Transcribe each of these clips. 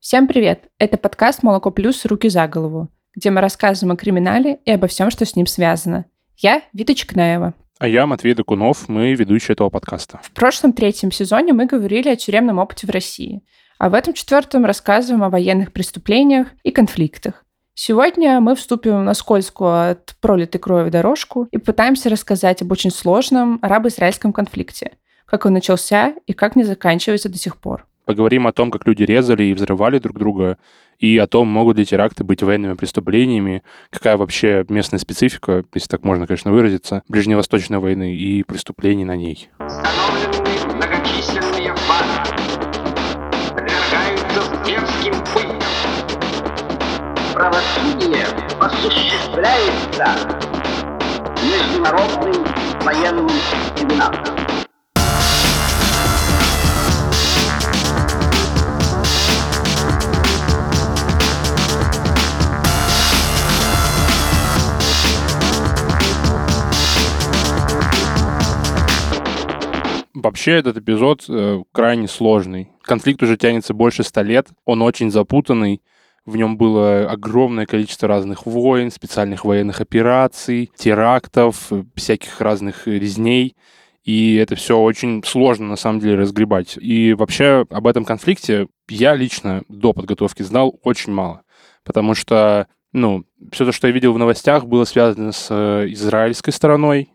Всем привет! Это подкаст «Молоко плюс. Руки за голову», где мы рассказываем о криминале и обо всем, что с ним связано. Я Вита Чекнаева. А я Матвей Докунов, мы ведущие этого подкаста. В прошлом третьем сезоне мы говорили о тюремном опыте в России, а в этом четвертом рассказываем о военных преступлениях и конфликтах. Сегодня мы вступим на скользкую от пролитой крови дорожку и пытаемся рассказать об очень сложном арабо-израильском конфликте, как он начался и как не заканчивается до сих пор. Поговорим о том, как люди резали и взрывали друг друга, и о том, могут ли теракты быть военными преступлениями, какая вообще местная специфика, если так можно, конечно, выразиться, Ближневосточной войны и преступлений на ней. Установлены многочисленные факты, подвергаются дерзким пыткам. Правосудие осуществляется международным военным трибуналом. Вообще этот эпизод крайне сложный. Конфликт уже тянется больше 100 лет, он очень запутанный. В нем было огромное количество разных войн, специальных военных операций, терактов, всяких разных резней. И это все очень сложно, на самом деле, разгребать. И вообще об этом конфликте я лично до подготовки знал очень мало. Потому что, все то, что я видел в новостях, было связано с израильской стороной.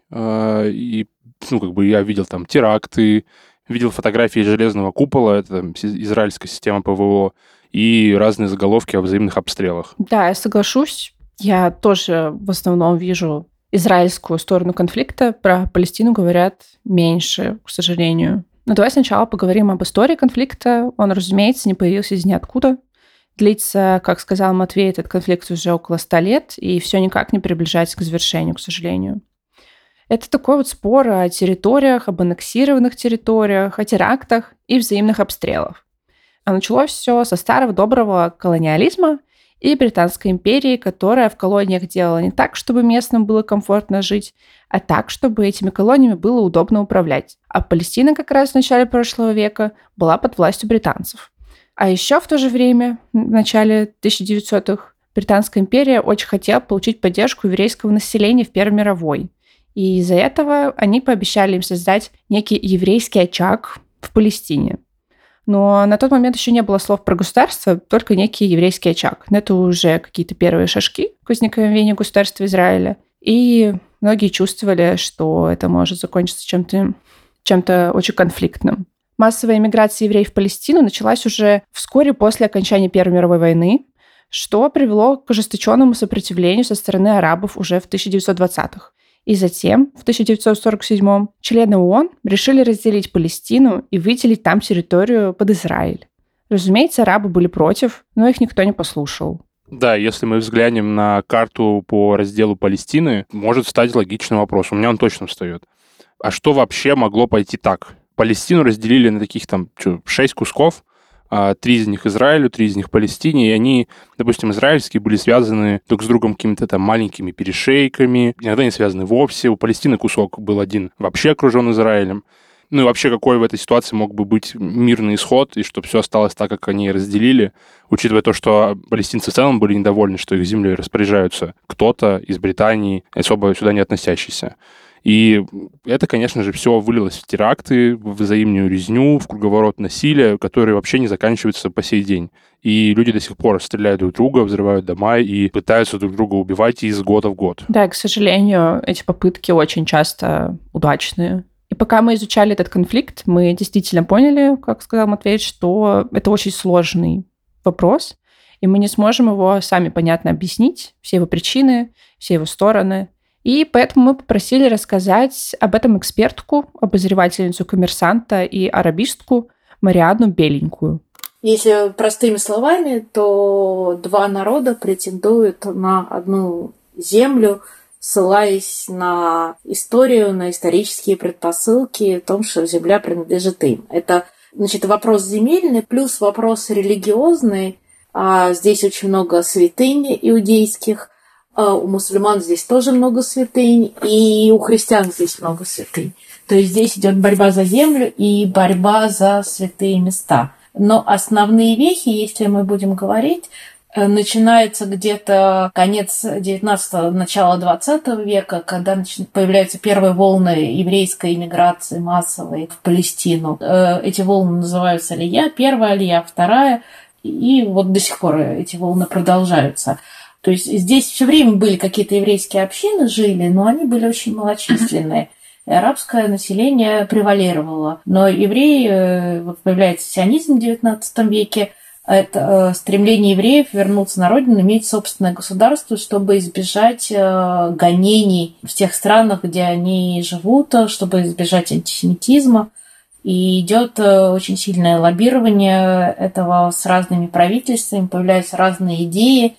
И я видел там теракты, видел фотографии железного купола, это израильская система ПВО, и разные заголовки о взаимных обстрелах. Да, я соглашусь. Я тоже в основном вижу израильскую сторону конфликта. Про Палестину говорят меньше, к сожалению. Но давай сначала поговорим об истории конфликта. Он, разумеется, не появился из ниоткуда. Длится, как сказал Матвей, этот конфликт уже около 100 лет, и все никак не приближается к завершению, к сожалению. Это такой вот спор о территориях, об аннексированных территориях, о терактах и взаимных обстрелах. А началось все со старого доброго колониализма и Британской империи, которая в колониях делала не так, чтобы местным было комфортно жить, а так, чтобы этими колониями было удобно управлять. А Палестина как раз в начале прошлого века была под властью британцев. А еще в то же время, в начале 1900-х, Британская империя очень хотела получить поддержку еврейского населения в Первой мировой. И из-за этого они пообещали им создать некий еврейский очаг в Палестине. Но на тот момент еще не было слов про государство, только некий еврейский очаг. Но это уже какие-то первые шажки к возникновению государства Израиля. И многие чувствовали, что это может закончиться чем-то очень конфликтным. Массовая эмиграция евреев в Палестину началась уже вскоре после окончания Первой мировой войны, что привело к ожесточенному сопротивлению со стороны арабов уже в 1920-х. И затем, в 1947-м, члены ООН решили разделить Палестину и выделить там территорию под Израиль. Разумеется, арабы были против, но их никто не послушал. Да, если мы взглянем на карту по разделу Палестины, может встать логичный вопрос. У меня он точно встает. А что вообще могло пойти так? Палестину разделили на таких 6 кусков, 3 из них Израилю, 3 из них Палестине, и они, допустим, израильские были связаны друг с другом какими-то там маленькими перешейками, иногда не связаны вовсе. У Палестины кусок был один вообще окружен Израилем. И вообще, какой в этой ситуации мог бы быть мирный исход, и чтобы все осталось так, как они разделили, учитывая то, что палестинцы в целом были недовольны, что их землей распоряжаются кто-то из Британии, особо сюда не относящийся. И это, конечно же, все вылилось в теракты, в взаимную резню, в круговорот насилия, который вообще не заканчивается по сей день. И люди до сих пор стреляют друг друга, взрывают дома и пытаются друг друга убивать из года в год. Да, и, к сожалению, эти попытки очень часто удачные. И пока мы изучали этот конфликт, мы действительно поняли, как сказал Матвей, что это очень сложный вопрос, и мы не сможем его сами понятно объяснить, все его причины, все его стороны. И поэтому мы попросили рассказать об этом экспертку, обозревательницу «Коммерсанта» и арабистку Марианну Беленькую. Если простыми словами, то два народа претендуют на одну землю, ссылаясь на историю, на исторические предпосылки о том, что земля принадлежит им. Это, вопрос земельный плюс вопрос религиозный. Здесь очень много святынь иудейских, у мусульман здесь тоже много святынь, и у христиан здесь много святынь. То есть здесь идет борьба за землю и борьба за святые места. Но основные вехи, если мы будем говорить, начинается где-то конец 19-го, начало 20 века, когда появляются первые волны еврейской иммиграции массовой в Палестину. Эти волны называются алия, первая алия, вторая, и вот до сих пор эти волны продолжаются. То есть здесь все время были какие-то еврейские общины, жили, но они были очень малочисленные. И арабское население превалировало. Но евреи, вот появляется сионизм в XIX веке, это стремление евреев вернуться на родину, иметь собственное государство, чтобы избежать гонений в тех странах, где они живут, чтобы избежать антисемитизма. И идет очень сильное лоббирование этого с разными правительствами, появляются разные идеи,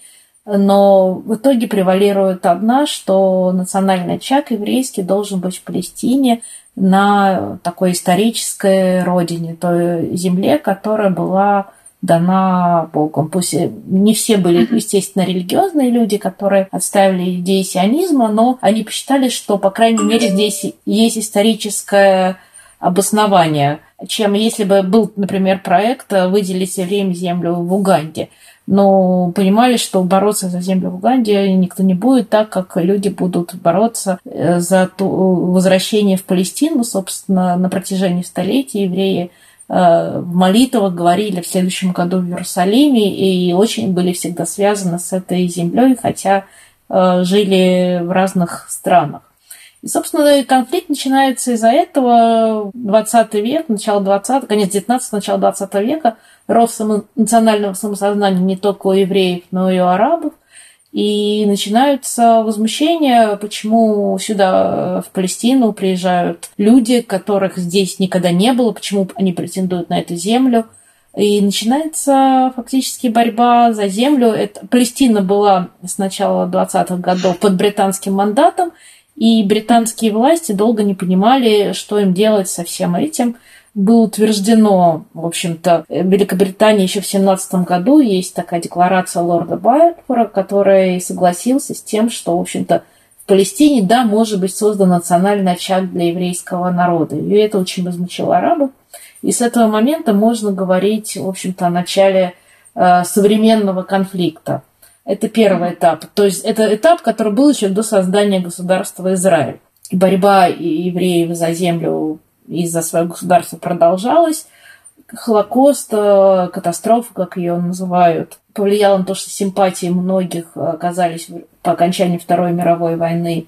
но в итоге превалирует одна, что национальный очаг еврейский должен быть в Палестине, на такой исторической родине, той земле, которая была дана Богом. Пусть не все были, естественно, религиозные люди, которые отстаивали идеи сионизма, но они посчитали, что, по крайней мере, здесь есть историческое обоснование, чем если бы был, например, проект выделить все время землю в Уганде. Но понимали, что бороться за землю в Уганде никто не будет, так как люди будут бороться за возвращение в Палестину. Собственно, на протяжении столетий евреи в молитвах говорили в следующем году в Иерусалиме и очень были всегда связаны с этой землей, хотя жили в разных странах. И, собственно, конфликт начинается из-за этого. 20 век, начало 20-го, конец 19-го, начало 20 века, рост национального самосознания не только у евреев, но и у арабов. И начинаются возмущения, почему сюда, в Палестину, приезжают люди, которых здесь никогда не было, почему они претендуют на эту землю. И начинается фактически борьба за землю. Палестина была с начала 20-х годов под британским мандатом, и британские власти долго не понимали, что им делать со всем этим. Было утверждено, в общем-то, в Великобритании еще в 1917 году есть такая декларация лорда Бальфура, который согласился с тем, что, в общем-то, в Палестине, да, может быть создан национальный очаг для еврейского народа. И это очень возмутило арабов. И с этого момента можно говорить, в общем-то, о начале современного конфликта. Это первый этап. То есть это этап, который был еще до создания государства Израиль. Борьба евреев за землю и за свое государство продолжалась. Холокост, катастрофа, как ее называют, повлияла на то, что симпатии многих оказались по окончании Второй мировой войны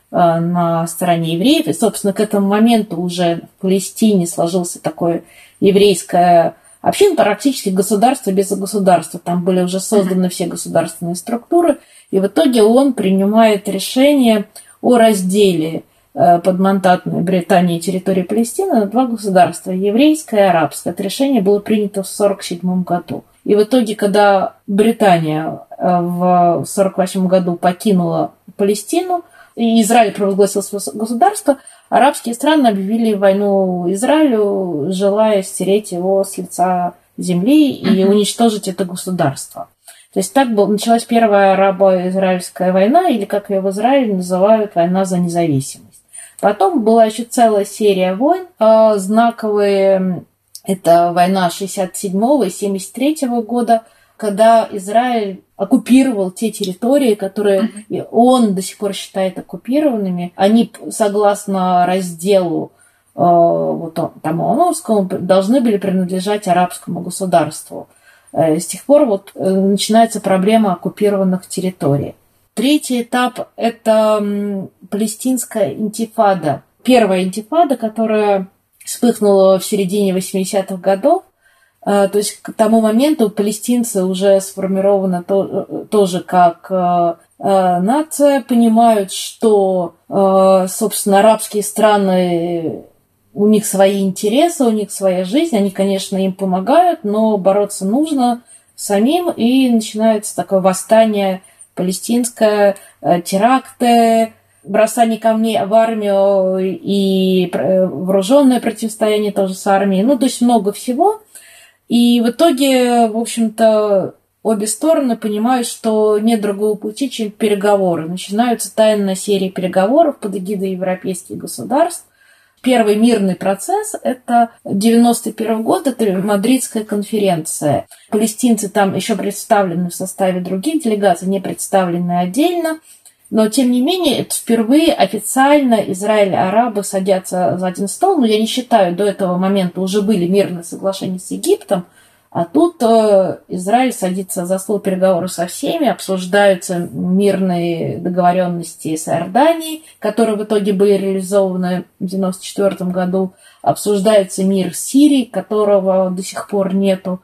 на стороне евреев. И, собственно, к этому моменту уже в Палестине сложился такое еврейское община, практически государство без государства. Там были уже созданы все государственные структуры. И в итоге он принимает решение о разделе подмандатной Британии территории Палестины на два государства, еврейское и арабское. Это решение было принято в 1947 году. И в итоге, когда Британия в 1948 году покинула Палестину, и Израиль провозгласил свое государство, арабские страны объявили войну Израилю, желая стереть его с лица земли и уничтожить это государство. То есть так началась первая арабо-израильская война, или, как ее в Израиле называют, война за независимость. Потом была еще целая серия войн знаковые. Это война 67-го и 73-го года, когда Израиль оккупировал те территории, которые он до сих пор считает оккупированными. Они, согласно разделу тому Омовскому, должны были принадлежать арабскому государству. С тех пор начинается проблема оккупированных территорий. Третий этап – это палестинская интифада. Первая интифада, которая вспыхнула в середине 80-х годов. То есть к тому моменту палестинцы уже сформированы тоже как нация, понимают, что, собственно, арабские страны, у них свои интересы, у них своя жизнь, они, конечно, им помогают, но бороться нужно самим, и начинается такое восстание палестинское, теракты, бросание камней в армию и вооруженное противостояние тоже с армией, то есть много всего. И в итоге, в общем-то, обе стороны понимают, что нет другого пути, чем переговоры. Начинаются тайные серии переговоров под эгидой европейских государств. первый мирный процесс – это 91 год, это Мадридская конференция. Палестинцы там еще представлены в составе других делегаций, не представлены отдельно. Но, тем не менее, это впервые официально Израиль и арабы садятся за один стол. Но я не считаю, до этого момента уже были мирные соглашения с Египтом. А тут Израиль садится за стол переговоров со всеми, обсуждаются мирные договоренности с Иорданией, которые в итоге были реализованы в 1994 году. Обсуждается мир с Сирией, которого до сих пор нету.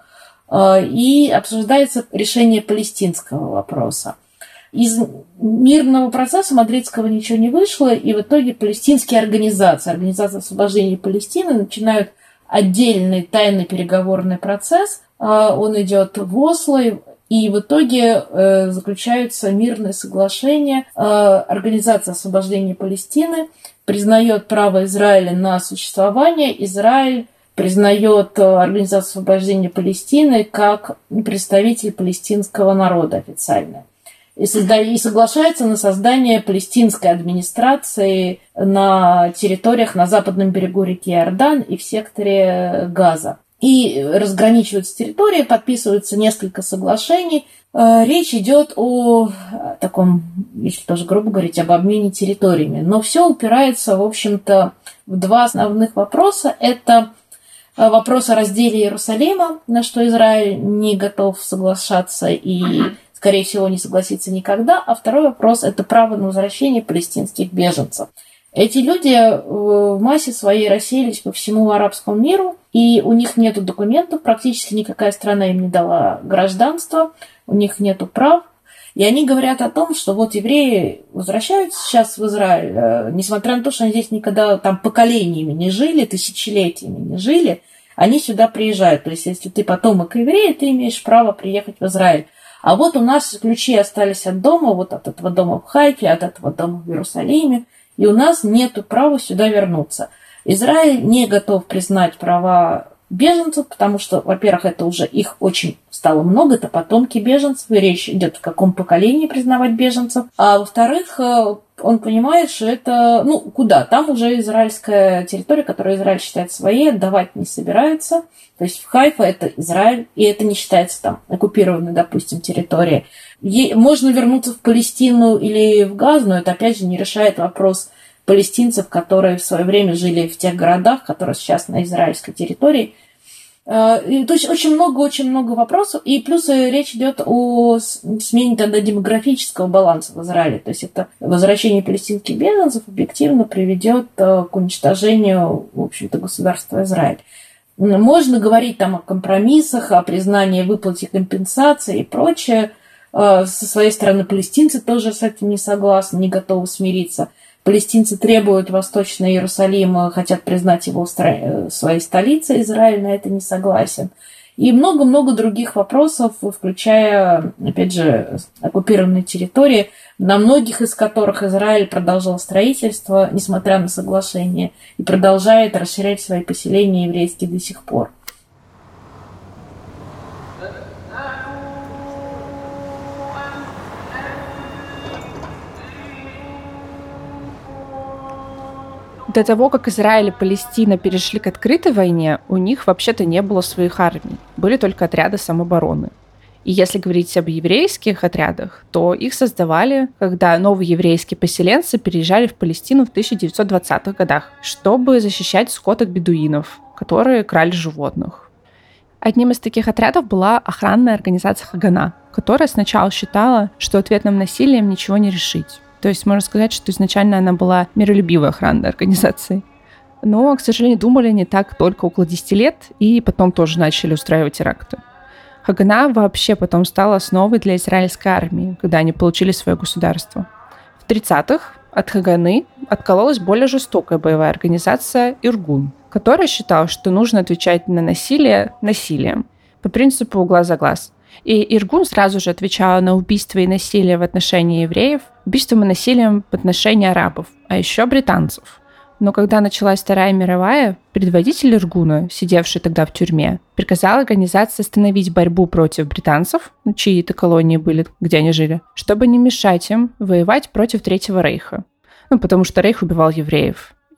И обсуждается решение палестинского вопроса. Из мирного процесса мадридского ничего не вышло, и в итоге палестинские организации, Организация освобождения Палестины, начинают отдельный тайный переговорный процесс. Он идет в Осло, и в итоге заключаются мирные соглашения. Организация освобождения Палестины признает право Израиля на существование. Израиль признает Организацию освобождения Палестины как представитель палестинского народа официально. И соглашается на создание палестинской администрации на территориях на западном берегу реки Иордан и в секторе Газа. И разграничиваются территории, подписываются несколько соглашений. Речь идет о таком, если тоже грубо говорить, об обмене территориями. Но все упирается, в общем-то, в два основных вопроса. Это вопрос о разделе Иерусалима, на что Израиль не готов соглашаться и, скорее всего, не согласится никогда. А второй вопрос – это право на возвращение палестинских беженцев. Эти люди в массе своей рассеялись по всему арабскому миру, и у них нет документов, практически никакая страна им не дала гражданства, у них нет прав. И они говорят о том, что вот евреи возвращаются сейчас в Израиль, несмотря на то, что они здесь никогда там поколениями не жили, тысячелетиями не жили, они сюда приезжают. То есть, если ты потомок еврея, ты имеешь право приехать в Израиль. А вот у нас ключи остались от дома, вот от этого дома в Хайфе, от этого дома в Иерусалиме, и у нас нет права сюда вернуться. Израиль не готов признать права беженцев, потому что, во-первых, это уже их очень стало много, это потомки беженцев, и речь идет в каком поколении признавать беженцев. А во-вторых, он понимает, что это, куда? Там уже израильская территория, которую Израиль считает своей, отдавать не собирается. То есть в Хайфа это Израиль, и это не считается там оккупированной, допустим, территорией. Можно вернуться в Палестину или в Газу, но это, опять же, не решает вопрос палестинцев, которые в свое время жили в тех городах, которые сейчас на израильской территории. То есть очень много вопросов. И плюс речь идет о смене тогда демографического баланса в Израиле. То есть это возвращение палестинских беженцев объективно приведет к уничтожению, в общем-то, государства Израиль. Можно говорить там о компромиссах, о признании выплате компенсации и прочее. Со своей стороны палестинцы тоже с этим не согласны, не готовы смириться. Палестинцы требуют Восточный Иерусалим, хотят признать его своей столицей, Израиль на это не согласен. И много-много других вопросов, включая, опять же, оккупированные территории, на многих из которых Израиль продолжал строительство, несмотря на соглашение, и продолжает расширять свои поселения еврейские до сих пор. До того, как Израиль и Палестина перешли к открытой войне, у них вообще-то не было своих армий. Были только отряды самообороны. И если говорить об еврейских отрядах, то их создавали, когда новые еврейские поселенцы переезжали в Палестину в 1920-х годах, чтобы защищать скот от бедуинов, которые крали животных. Одним из таких отрядов была охранная организация Хагана, которая сначала считала, что ответным насилием ничего не решить. То есть можно сказать, что изначально она была миролюбивой охранной организацией. Но, к сожалению, думали не так только около 10 лет, и потом тоже начали устраивать теракты. Хагана вообще потом стала основой для израильской армии, когда они получили свое государство. В 30-х от Хаганы откололась более жестокая боевая организация Иргун, которая считала, что нужно отвечать на насилие насилием, по принципу глаз за глаз. И Иргун сразу же отвечала на убийство и насилие в отношении евреев, убийством и насилием в отношении арабов, а еще британцев. Но когда началась Вторая мировая, предводитель Иргуна, сидевший тогда в тюрьме, приказал организации остановить борьбу против британцев, чьи-то колонии были, где они жили, чтобы не мешать им воевать против Третьего рейха. Потому что рейх убивал евреев.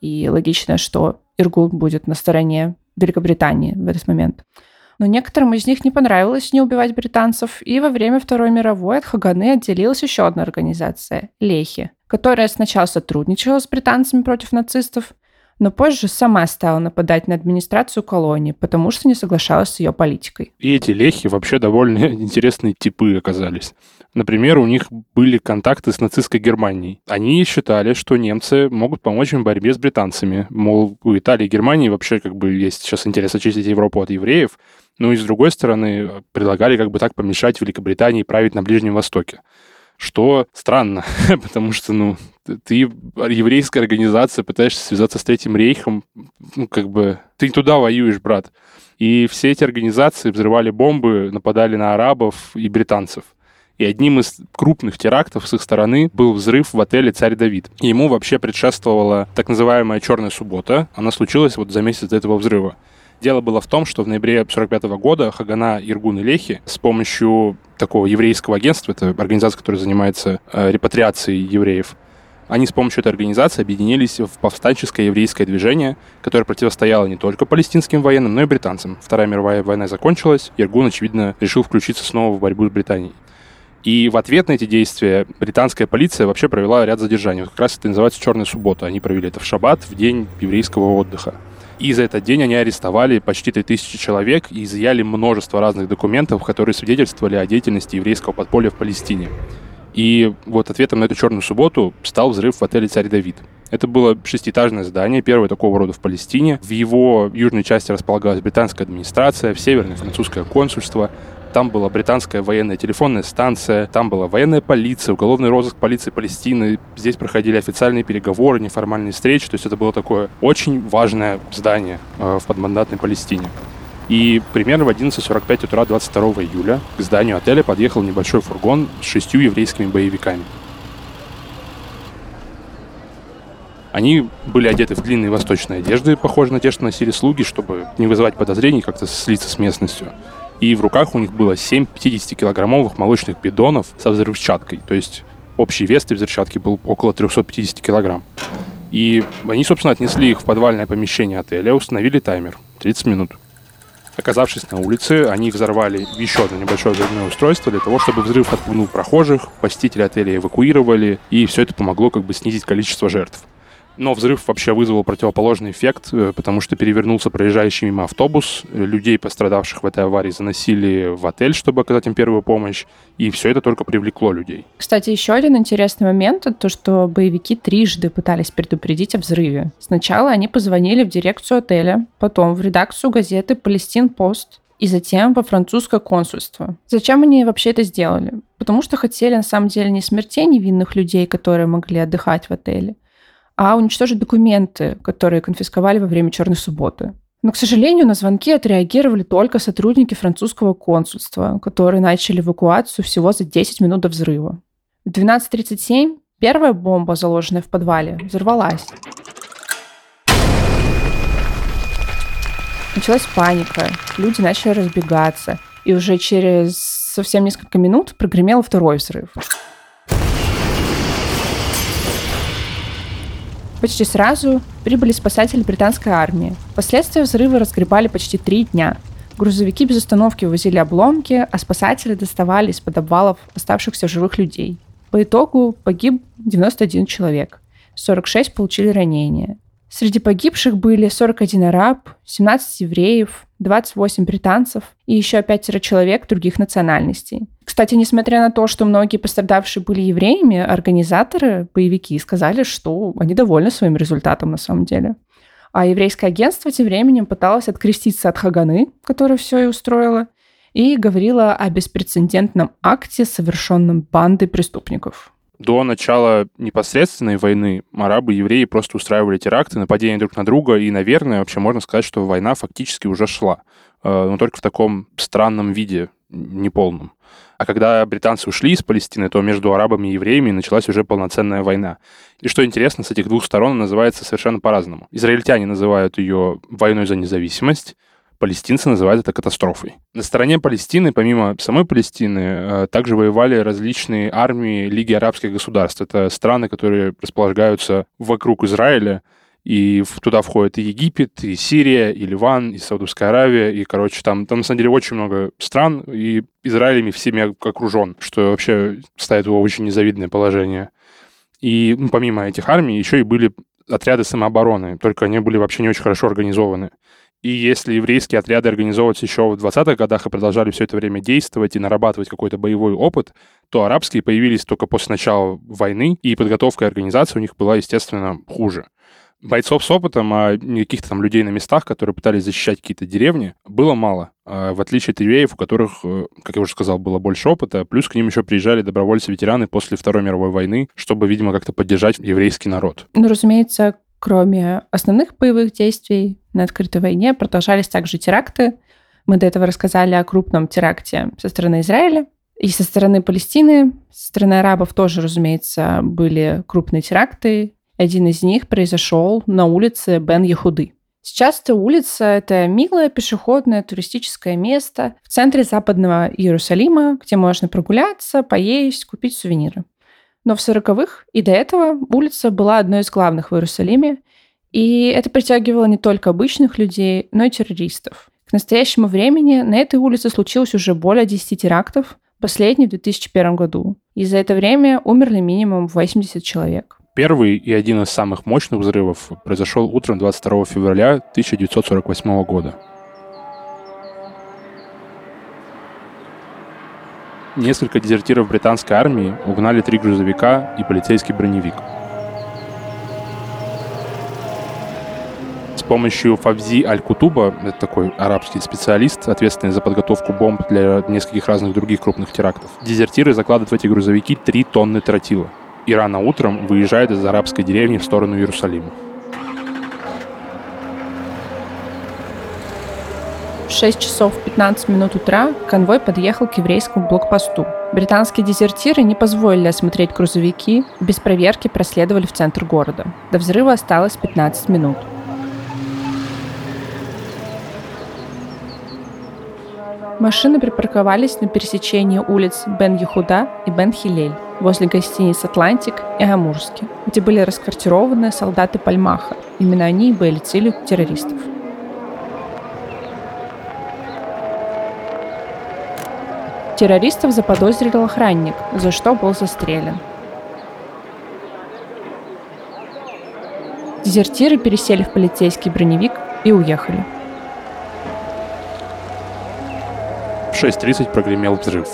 и логично, что Иргун будет на стороне Великобритании в этот момент. Но некоторым из них не понравилось не убивать британцев, и во время Второй мировой от Хаганы отделилась еще одна организация – Лехи, которая сначала сотрудничала с британцами против нацистов, но позже сама стала нападать на администрацию колонии, потому что не соглашалась с ее политикой. И эти лехи вообще довольно интересные типы оказались. Например, у них были контакты с нацистской Германией. Они считали, что немцы могут помочь им в борьбе с британцами. Мол, у Италии и Германии вообще есть сейчас интерес очистить Европу от евреев. Ну и с другой стороны, предлагали так помешать Великобритании править на Ближнем Востоке. Что странно, потому что, ты еврейская организация, пытаешься связаться с Третьим рейхом, ты туда воюешь, брат. И все эти организации взрывали бомбы, нападали на арабов и британцев. И одним из крупных терактов с их стороны был взрыв в отеле «Царь Давид». Ему вообще предшествовала так называемая «Черная суббота». Она случилась за месяц до этого взрыва. Дело было в том, что в ноябре 1945 года Хагана, Иргун и Лехи с помощью такого еврейского агентства, это организация, которая занимается репатриацией евреев, они с помощью этой организации объединились в повстанческое еврейское движение, которое противостояло не только палестинским военным, но и британцам. Вторая мировая война закончилась, Иргун, очевидно, решил включиться снова в борьбу с Британией. И в ответ на эти действия британская полиция вообще провела ряд задержаний. Как раз это называется «Черная суббота». Они провели это в шаббат, в день еврейского отдыха. И за этот день они арестовали почти 3000 человек и изъяли множество разных документов, которые свидетельствовали о деятельности еврейского подполья в Палестине. И ответом на эту «Черную субботу» стал взрыв в отеле «Царь Давид». Это было 6-этажное здание, первое такого рода в Палестине. В его южной части располагалась британская администрация, в северной французское консульство. Там была британская военная телефонная станция, там была военная полиция, уголовный розыск полиции Палестины. Здесь проходили официальные переговоры, неформальные встречи. То есть это было такое очень важное здание в подмандатной Палестине. И примерно в 11:45 утра 22 июля к зданию отеля подъехал небольшой фургон с 6 еврейскими боевиками. Они были одеты в длинные восточные одежды, похожие на те, что носили слуги, чтобы не вызывать подозрений, как-то слиться с местностью. И в руках у них было 7 50-килограммовых молочных бидонов со взрывчаткой. То есть общий вес этой взрывчатки был около 350 килограмм. И они, собственно, отнесли их в подвальное помещение отеля, установили таймер 30 минут. Оказавшись на улице, они взорвали еще одно небольшое взрывное устройство для того, чтобы взрыв отпугнул прохожих, посетители отеля эвакуировали, и все это помогло снизить количество жертв. Но взрыв вообще вызвал противоположный эффект, потому что перевернулся проезжающий мимо автобус. Людей, пострадавших в этой аварии, заносили в отель, чтобы оказать им первую помощь. И все это только привлекло людей. Кстати, еще один интересный момент — то, что боевики трижды пытались предупредить о взрыве. Сначала они позвонили в дирекцию отеля, потом в редакцию газеты «Палестин Пост», и затем во французское консульство. Зачем они вообще это сделали? Потому что хотели, на самом деле, не смертей невинных людей, которые могли отдыхать в отеле, а уничтожить документы, которые конфисковали во время «Черной субботы». Но, к сожалению, на звонки отреагировали только сотрудники французского консульства, которые начали эвакуацию всего за 10 минут до взрыва. В 12:37 первая бомба, заложенная в подвале, взорвалась. Началась паника, люди начали разбегаться, и уже через совсем несколько минут прогремел второй взрыв. Почти сразу прибыли спасатели британской армии. Последствия взрыва разгребали почти 3 дня. Грузовики без остановки увозили обломки, а спасатели доставали из-под обвалов оставшихся живых людей. По итогу погиб 91 человек, 46 получили ранения. Среди погибших были 41 араб, 17 евреев, 28 британцев и еще 5 человек других национальностей. Кстати, несмотря на то, что многие пострадавшие были евреями, организаторы, боевики, сказали, что они довольны своим результатом на самом деле. А еврейское агентство тем временем пыталось откреститься от Хаганы, которая все и устроила, и говорила о беспрецедентном акте, совершенном бандой преступников. До начала непосредственной войны арабы и евреи просто устраивали теракты, нападения друг на друга, и, наверное, вообще можно сказать, что война фактически уже шла, но только в таком странном виде, неполном. А когда британцы ушли из Палестины, то между арабами и евреями началась уже полноценная война. И что интересно, с этих двух сторон она называется совершенно по-разному. Израильтяне называют ее войной за независимость, палестинцы называют это катастрофой. На стороне Палестины, помимо самой Палестины, также воевали различные армии Лиги арабских государств. Это страны, которые располагаются вокруг Израиля. И туда входит и Египет, и Сирия, и Ливан, и Саудовская Аравия, и, короче, там на самом деле очень много стран, и Израиль ими всеми окружен, что вообще ставит его в очень незавидное положение. И помимо этих армий еще и были отряды самообороны, только они были вообще не очень хорошо организованы. И если еврейские отряды организовывались еще в 20-х годах и продолжали все это время действовать и нарабатывать какой-то боевой опыт, то арабские появились только после начала войны, и подготовка и организация у них была, естественно, хуже. Бойцов с опытом, а каких-то там людей на местах, которые пытались защищать какие-то деревни, было мало. В отличие от евреев, у которых, как я уже сказал, было больше опыта, плюс к ним еще приезжали добровольцы-ветераны после Второй мировой войны, чтобы, видимо, как-то поддержать еврейский народ. Ну, разумеется, кроме основных боевых действий на открытой войне продолжались также теракты. Мы до этого рассказали о крупном теракте со стороны Израиля. И со стороны Палестины, со стороны арабов тоже, разумеется, были крупные теракты. Один из них произошел на улице Бен-Ехуды. Сейчас эта улица — это милое пешеходное туристическое место в центре западного Иерусалима, где можно прогуляться, поесть, купить сувениры. Но в 40-х и до этого улица была одной из главных в Иерусалиме, и это притягивало не только обычных людей, но и террористов. К настоящему времени на этой улице случилось уже более 10 терактов, последний в 2001 году. И за это время умерли минимум 80 человек. Первый и один из самых мощных взрывов произошел утром 22 февраля 1948 года. Несколько дезертиров британской армии угнали 3 грузовика и полицейский броневик. С помощью Фавзи Аль-Кутуба, это такой арабский специалист, ответственный за подготовку бомб для нескольких разных других крупных терактов, дезертиры закладывают в эти грузовики 3 тонны тротила. И рано утром выезжает из арабской деревни в сторону Иерусалима. В 6 часов 15 минут утра конвой подъехал к еврейскому блокпосту. Британские дезертиры не позволили осмотреть грузовики, без проверки проследовали в центр города. До взрыва осталось 15 минут. Машины припарковались на пересечении улиц Бен-Ехуда и Бен-Хилель возле гостиниц «Атлантик» и «Амурский», где были расквартированы солдаты Пальмаха. Именно они и были целью террористов. Террористов заподозрил охранник, за что был застрелен. Дезертиры пересели в полицейский броневик и уехали. В 6:30 прогремел взрыв.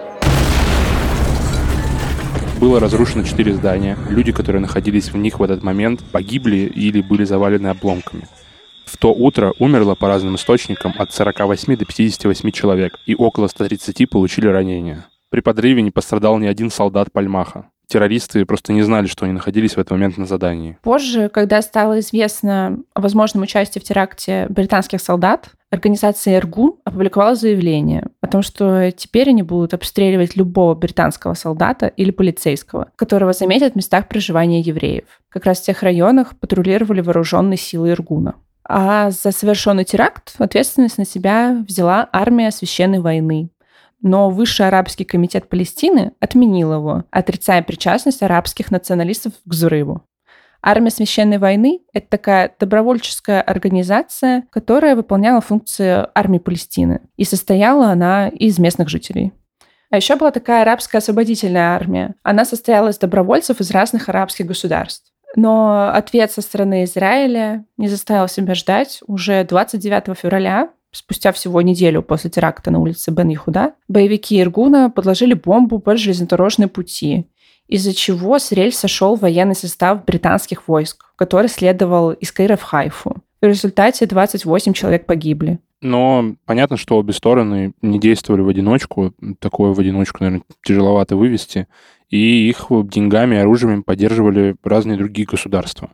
Было разрушено 4 здания. Люди, которые находились в них в этот момент, погибли или были завалены обломками. В то утро умерло, по разным источникам, от 48 до 58 человек, и около 130 получили ранения. При подрыве не пострадал ни один солдат Пальмаха. Террористы просто не знали, что они находились в этот момент на задании. Позже, когда стало известно о возможном участии в теракте британских солдат, организация Иргун опубликовала заявление о том, что теперь они будут обстреливать любого британского солдата или полицейского, которого заметят в местах проживания евреев. Как раз в тех районах патрулировали вооруженные силы Иргуна. А за совершенный теракт ответственность на себя взяла армия священной войны. Но Высший арабский комитет Палестины отменил его, отрицая причастность арабских националистов к взрыву. Армия священной войны — это такая добровольческая организация, которая выполняла функции армии Палестины. И состояла она из местных жителей. А еще была такая арабская освободительная армия. Она состояла из добровольцев из разных арабских государств. Но ответ со стороны Израиля не заставил себя ждать. Уже 29 февраля, спустя всего неделю после теракта на улице Бен-Ехуда, боевики Иргуна подложили бомбу под железнодорожные пути, из-за чего с рельс сошел военный состав британских войск, который следовал из Каира в Хайфу. В результате 28 человек погибли. Но понятно, что обе стороны не действовали в одиночку. Такое в одиночку, наверное, тяжеловато вывести. И их деньгами и оружием поддерживали разные другие государства.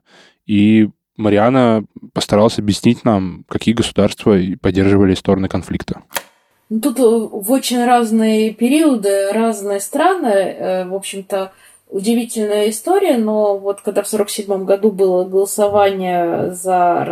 И Мариана постаралась объяснить нам, какие государства поддерживали стороны конфликта. Тут в очень разные периоды, разные страны. В общем-то, удивительная история, но вот когда в 1947 году было голосование за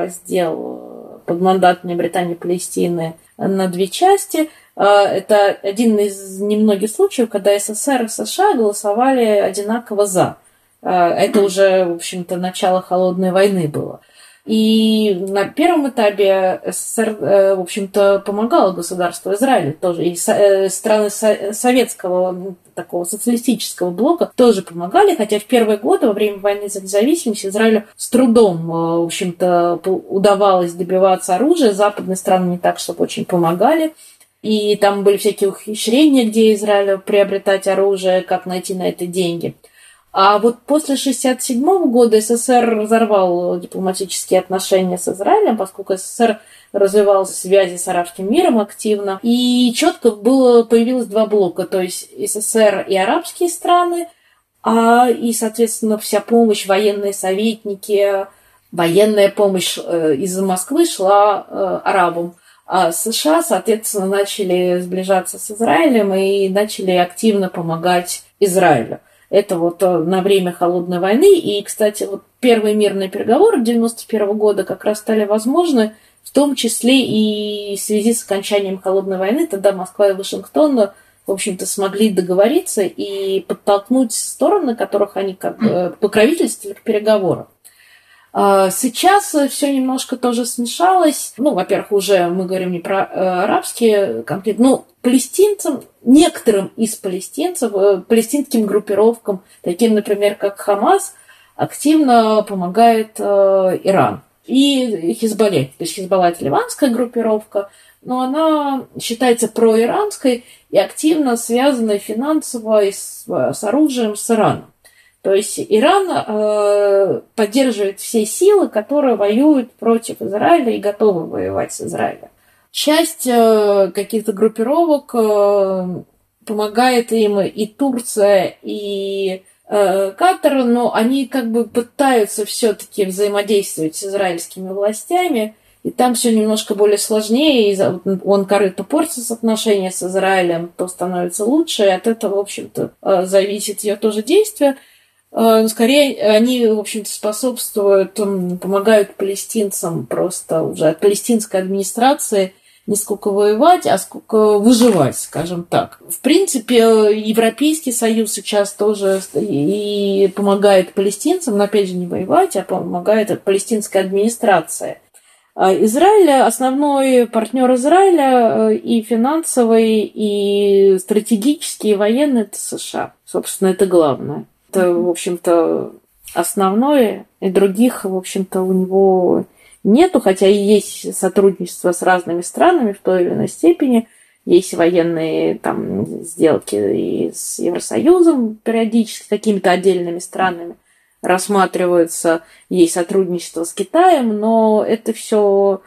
раздел подмандатной Британии и Палестины на 2 части, это один из немногих случаев, когда СССР и США голосовали одинаково «за». Это уже, в общем-то, начало холодной войны было. И на первом этапе СССР, в общем-то, помогало государству Израиль тоже. И страны советского, такого социалистического блока тоже помогали, хотя в первые годы, во время войны за независимость, Израилю с трудом, в общем-то, удавалось добиваться оружия. Западные страны не так, чтобы очень помогали. И там были всякие ухищрения, где Израилю приобретать оружие, как найти на это деньги. А вот после 1967 года СССР разорвал дипломатические отношения с Израилем, поскольку СССР развивал связи с арабским миром активно. И четко появилось два блока, то есть СССР и арабские страны, и, соответственно, вся помощь, военные советники, военная помощь из Москвы шла арабам. А США, соответственно, начали сближаться с Израилем и начали активно помогать Израилю. Это вот на время Холодной войны. И, кстати, вот первые мирные переговоры 1991 года как раз стали возможны, в том числе и в связи с окончанием Холодной войны. Тогда Москва и Вашингтон, в общем-то, смогли договориться и подтолкнуть стороны, которых они как покровительствовали, к переговорам. Сейчас все немножко тоже смешалось. Во-первых, уже мы говорим не про арабские конфликты, но палестинцам, некоторым из палестинцев, палестинским группировкам, таким, например, как Хамас, активно помогает Иран. И Хизбалле. То есть Хизбалла – это ливанская группировка, но она считается проиранской и активно связана финансово и с оружием с Ираном. То есть Иран поддерживает все силы, которые воюют против Израиля и готовы воевать с Израилем. Часть каких-то группировок помогает им и Турция, и Катар, но они как бы пытаются все-таки взаимодействовать с израильскими властями, и там все немножко более сложнее, и то портится отношения с Израилем, то становится лучше, и от этого, в общем-то, зависит ее тоже действие. Скорее, они, в общем-то, способствуют, помогают палестинцам просто уже от палестинской администрации не сколько воевать, а сколько выживать, скажем так. В принципе, Европейский Союз сейчас тоже и помогает палестинцам, но опять же не воевать, а помогает палестинской администрации. Израиль, основной партнер Израиля и финансовый, и стратегический, и военный – это США. Собственно, это главное. Это, в общем-то, основное, и других, в общем-то, у него нету, хотя и есть сотрудничество с разными странами в той или иной степени, есть военные там сделки и с Евросоюзом периодически, с какими-то отдельными странами рассматриваются, есть сотрудничество с Китаем, но это все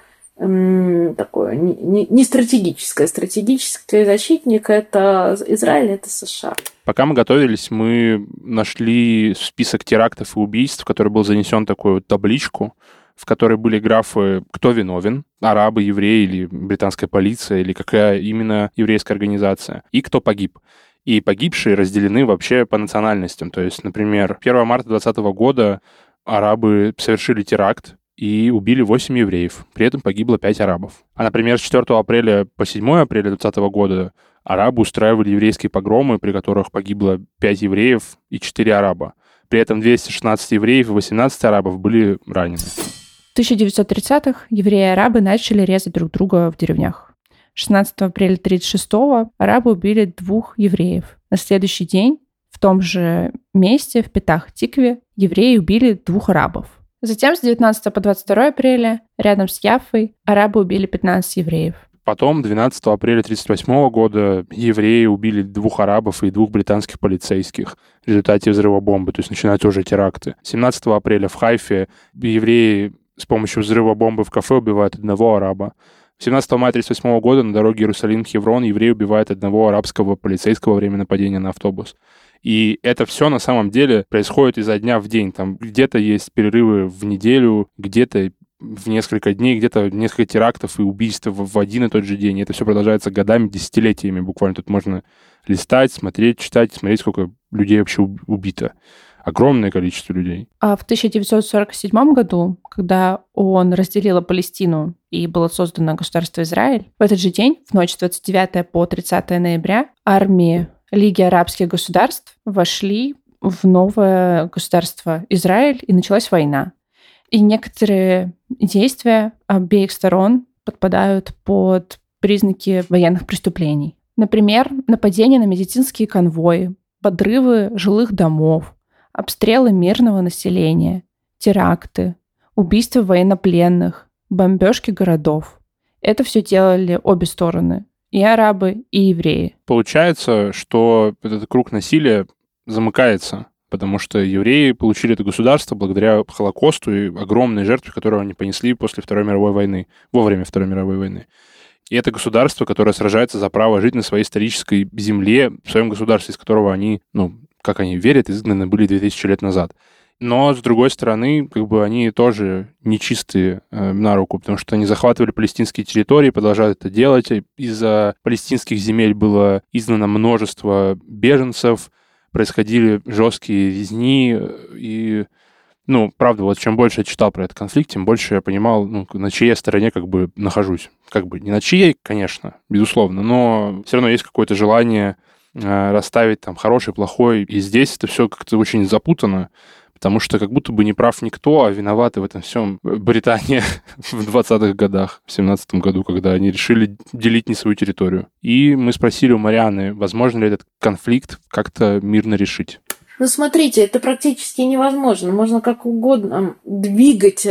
такое не стратегическое. Стратегический защитник – это Израиль, это США. Пока мы готовились, мы нашли список терактов и убийств, который был занесен такую вот табличку, в которой были графы «Кто виновен?» – арабы, евреи или британская полиция, или какая именно еврейская организация, и «Кто погиб?». И погибшие разделены вообще по национальностям. То есть, например, 1 марта 2020 года арабы совершили теракт и убили 8 евреев. При этом погибло 5 арабов. А, например, с 4 апреля по 7 апреля 2020 года арабы устраивали еврейские погромы, при которых погибло 5 евреев и 4 араба. При этом 216 евреев и 18 арабов были ранены. В 1930-х евреи и арабы начали резать друг друга в деревнях. 16 апреля 1936-го арабы убили 2 евреев. На следующий день в том же месте, в Петах-Тикве, евреи убили 2 арабов. Затем с 19 по 22 апреля рядом с Яффой арабы убили 15 евреев. Потом, 12 апреля 1938 года, евреи убили 2 арабов и 2 британских полицейских в результате взрыва бомбы, то есть начинаются уже теракты. 17 апреля в Хайфе евреи с помощью взрыва бомбы в кафе убивают 1 араба. 17 мая 1938 года на дороге Иерусалим-Хеврон евреи убивают 1 арабского полицейского во время нападения на автобус. И это все на самом деле происходит изо дня в день. Там где-то есть перерывы в неделю, где-то в несколько дней, где-то несколько терактов и убийств в один и тот же день. И это все продолжается годами, десятилетиями буквально. Тут можно листать, смотреть, читать, смотреть, сколько людей вообще убито. Огромное количество людей. А в 1947 году, когда ООН разделила Палестину и было создано государство Израиль, в этот же день, в ночь с 29 по 30 ноября, армии Лиги арабских государств вошли в новое государство Израиль, и началась война. И некоторые действия обеих сторон подпадают под признаки военных преступлений. Например, нападение на медицинские конвои, подрывы жилых домов, обстрелы мирного населения, теракты, убийства военнопленных, бомбежки городов. Это все делали обе стороны, и арабы, и евреи. Получается, что этот круг насилия замыкается, потому что евреи получили это государство благодаря Холокосту и огромной жертве, которую они понесли после Второй мировой войны, во время Второй мировой войны. И это государство, которое сражается за право жить на своей исторической земле, в своем государстве, из которого они, как они верят, изгнаны были 2000 лет назад. Но, с другой стороны, они тоже нечистые на руку, потому что они захватывали палестинские территории, продолжают это делать. Из-за палестинских земель было изгнано множество беженцев, происходили жесткие резни, и, правда, чем больше я читал про этот конфликт, тем больше я понимал, на чьей стороне нахожусь. Не на чьей, конечно, безусловно, но все равно есть какое-то желание расставить там хороший, плохой, и здесь это все как-то очень запутано, потому что как будто бы не прав никто, а виноваты в этом всем Британия в 20-х годах, в 17-м году, когда они решили делить не свою территорию. И мы спросили у Марианы, возможно ли этот конфликт как-то мирно решить. Смотрите, это практически невозможно. Можно как угодно двигать,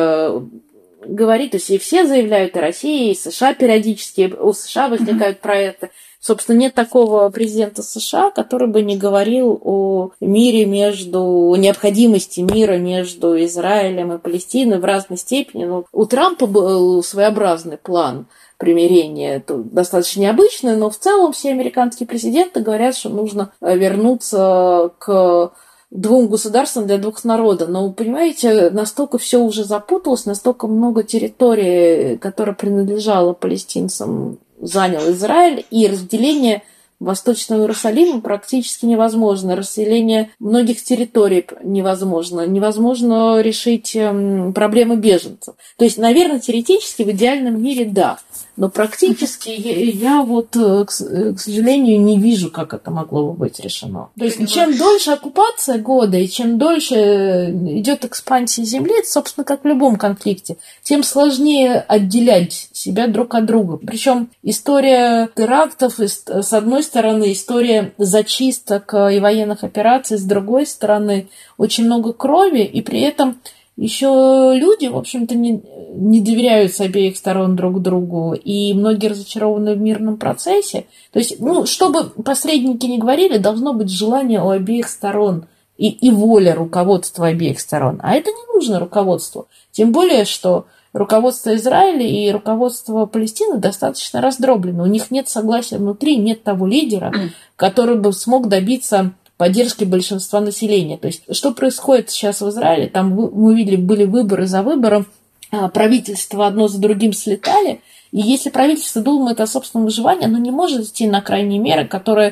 говорить. То есть и все заявляют, и Россия, и США периодически, у США возникают проекты. Собственно, нет такого президента США, который бы не говорил о мире о необходимости мира между Израилем и Палестиной в разной степени. У Трампа был своеобразный план примирения, это достаточно необычный, но в целом все американские президенты говорят, что нужно вернуться к двум государствам для двух народов. Но, понимаете, настолько все уже запуталось, настолько много территории, которая принадлежала палестинцам, занял Израиль, и разделение Восточного Иерусалима практически невозможно. Расселение многих территорий невозможно. Невозможно решить проблемы беженцев. То есть, наверное, теоретически в идеальном мире да. Но практически я к сожалению, не вижу, как это могло бы быть решено. То есть, чем дольше оккупация года, и чем дольше идет экспансия земли, это, собственно, как в любом конфликте, тем сложнее отделять себя друг от друга. Причем история терактов, с одной стороны, история зачисток и военных операций, с другой стороны, очень много крови, и при этом еще люди, в общем-то, не доверяют с обеих сторон друг другу, и многие разочарованы в мирном процессе. То есть, чтобы посредники не говорили, должно быть желание у обеих сторон и воля руководства обеих сторон. А это не нужно руководству. Тем более, что руководство Израиля и руководство Палестины достаточно раздроблено. У них нет согласия внутри, нет того лидера, который бы смог добиться поддержки большинства населения. То есть, что происходит сейчас в Израиле? Там мы видели, были выборы за выбором, правительства одно за другим слетали, и если правительство думает о собственном выживании, оно не может идти на крайние меры, которые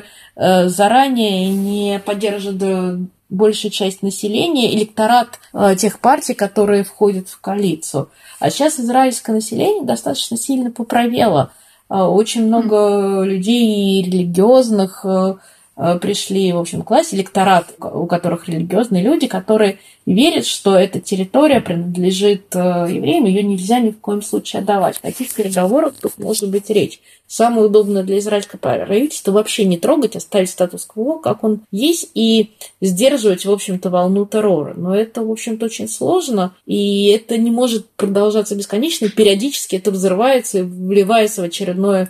заранее не поддержат большую часть населения, электорат тех партий, которые входят в коалицию. А сейчас израильское население достаточно сильно поправело. Очень много людей религиозных пришли, в общем, к власти, электорат, у которых религиозные люди, которые верят, что эта территория принадлежит евреям, ее нельзя ни в коем случае отдавать. О каких переговорах тут может быть речь? Самое удобное для израильского правительства вообще не трогать, оставить статус-кво, как он есть, и сдерживать, в общем-то, волну террора. Но это, в общем-то, очень сложно, и это не может продолжаться бесконечно, и периодически это взрывается и вливается в очередное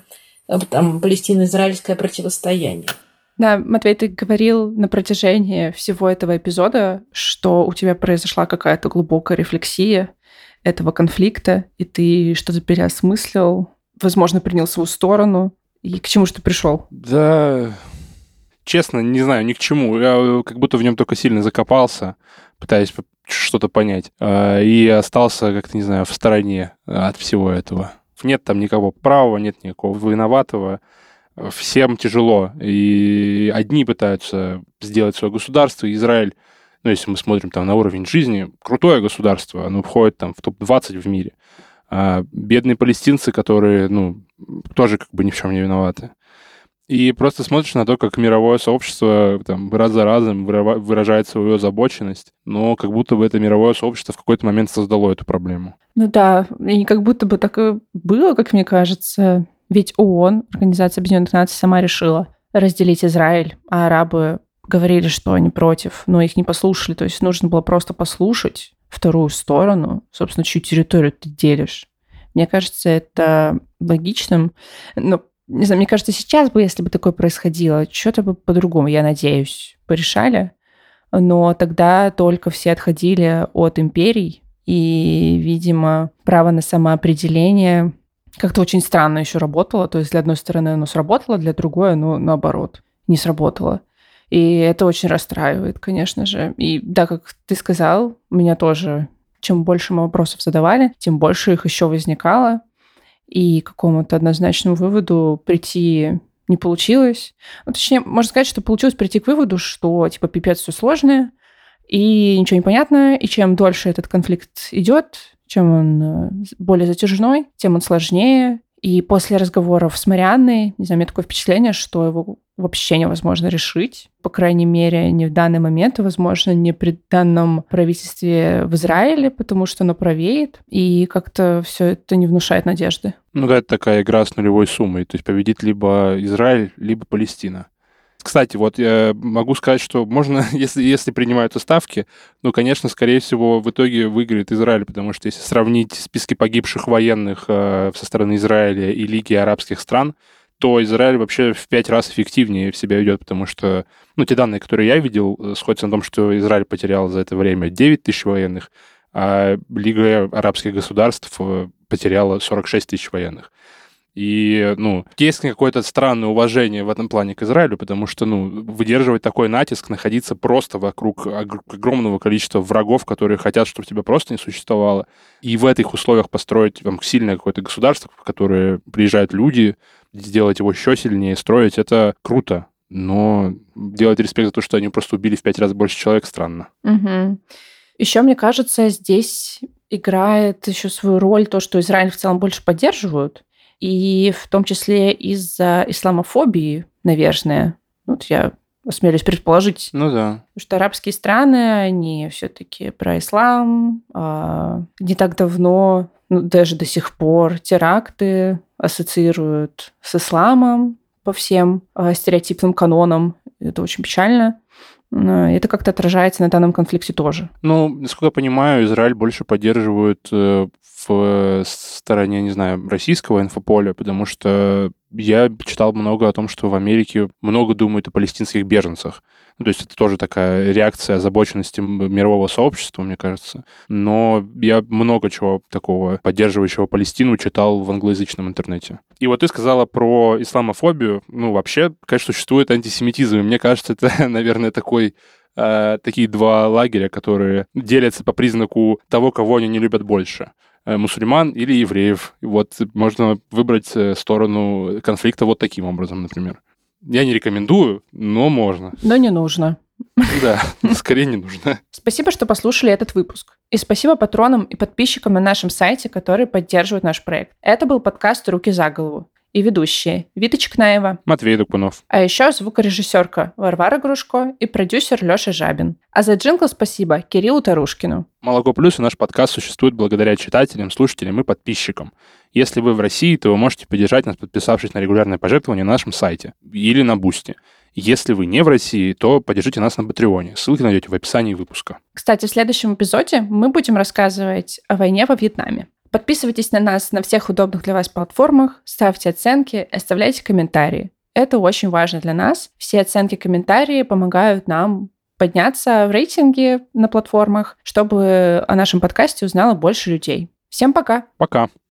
палестино-израильское противостояние. Да, Матвей, ты говорил на протяжении всего этого эпизода, что у тебя произошла какая-то глубокая рефлексия этого конфликта, и ты что-то переосмыслил, возможно, принял свою сторону. И к чему же ты пришел? Да, честно, не знаю, ни к чему. Я как будто в нем только сильно закопался, пытаясь что-то понять, и остался, как-то, не знаю, в стороне от всего этого. Нет там никого правого, нет никакого виноватого. Всем тяжело, и одни пытаются сделать свое государство. Израиль, если мы смотрим там на уровень жизни, крутое государство, оно входит там в топ-20 в мире. А бедные палестинцы, которые, тоже как бы ни в чем не виноваты. И просто смотришь на то, как мировое сообщество там, раз за разом выражает свою озабоченность, но как будто бы это мировое сообщество в какой-то момент создало эту проблему. Ну да, и как будто бы так и было, как мне кажется. Ведь ООН, Организация Объединенных Наций, сама решила разделить Израиль, а арабы говорили, что они против, но их не послушали. То есть нужно было просто послушать вторую сторону, собственно, чью территорию ты делишь. Мне кажется, это логичным. Но, не знаю, мне кажется, сейчас бы, если бы такое происходило, что-то бы по-другому, я надеюсь, порешали. Но тогда только все отходили от империй, и, видимо, право на самоопределение как-то очень странно еще работало. То есть, для одной стороны, оно сработало, для другой оно, наоборот, не сработало. И это очень расстраивает, конечно же. И да, как ты сказал, меня тоже, чем больше мы вопросов задавали, тем больше их еще возникало. И к какому-то однозначному выводу прийти не получилось. Ну, точнее, можно сказать, что получилось прийти к выводу, что, типа, пипец все сложное, и ничего не понятно, и чем дольше этот конфликт идет, чем он более затяжной, тем он сложнее. И после разговоров с Марианной, не знаю, у меня такое впечатление, что его вообще невозможно решить. По крайней мере, не в данный момент, и, возможно, не при данном правительстве в Израиле, потому что оно правеет, и как-то все это не внушает надежды. Ну да, это такая игра с нулевой суммой. То есть победит либо Израиль, либо Палестина. Кстати, вот я могу сказать, что можно, если принимаются ставки, ну, конечно, скорее всего, в итоге выиграет Израиль, потому что если сравнить списки погибших военных со стороны Израиля и Лиги арабских стран, то Израиль вообще в 5 раз эффективнее себя ведет, потому что, ну, те данные, которые я видел, сходятся на том, что Израиль потерял за это время 9 тысяч военных, а Лига арабских государств потеряла 46 тысяч военных. И, ну, есть какое-то странное уважение в этом плане к Израилю, потому что, ну, выдерживать такой натиск, находиться просто вокруг огромного количества врагов, которые хотят, чтобы тебя просто не существовало, и в этих условиях построить там сильное какое-то государство, в которое приезжают люди, сделать его еще сильнее, строить, это круто. Но делать респект за то, что они просто убили в 5 раз больше человек, странно. Угу. Еще, мне кажется, здесь играет еще свою роль то, что Израиль в целом больше поддерживают, и в том числе из-за исламофобии, наверное. Вот я осмелюсь предположить. Ну да. Потому что арабские страны, они все-таки про ислам. Не так давно, ну, даже до сих пор теракты ассоциируют с исламом по всем стереотипным канонам. Это очень печально. Это как-то отражается на данном конфликте тоже. Ну, насколько я понимаю, Израиль больше поддерживает в стороне, не знаю, российского инфополя, потому что я читал много о том, что в Америке много думают о палестинских беженцах. Ну, то есть это тоже такая реакция озабоченности мирового сообщества, мне кажется. Но я много чего такого поддерживающего Палестину читал в англоязычном интернете. И вот ты сказала про исламофобию. Ну, вообще, конечно, существует антисемитизм. И мне кажется, это, наверное, такие два лагеря, которые делятся по признаку того, кого они не любят больше. Мусульман или евреев. Вот можно выбрать сторону конфликта вот таким образом, например. Я не рекомендую, но можно. Но не нужно. Да, скорее не нужно. Спасибо, что послушали этот выпуск. И спасибо патронам и подписчикам на нашем сайте, которые поддерживают наш проект. Это был подкаст «Руки за голову». И ведущие Вита Чекнаева, Матвей Дукунов. А еще звукорежиссерка Варвара Грушко и продюсер Леша Жабин. А за джингл спасибо Кириллу Тарушкину. «Молоко плюс» и наш подкаст существует благодаря читателям, слушателям и подписчикам. Если вы в России, то вы можете поддержать нас, подписавшись на регулярное пожертвование на нашем сайте или на Бусти. Если вы не в России, то поддержите нас на Патреоне. Ссылки найдете в описании выпуска. Кстати, в следующем эпизоде мы будем рассказывать о войне во Вьетнаме. Подписывайтесь на нас на всех удобных для вас платформах, ставьте оценки, оставляйте комментарии. Это очень важно для нас. Все оценки, комментарии помогают нам подняться в рейтинге на платформах, чтобы о нашем подкасте узнало больше людей. Всем пока! Пока!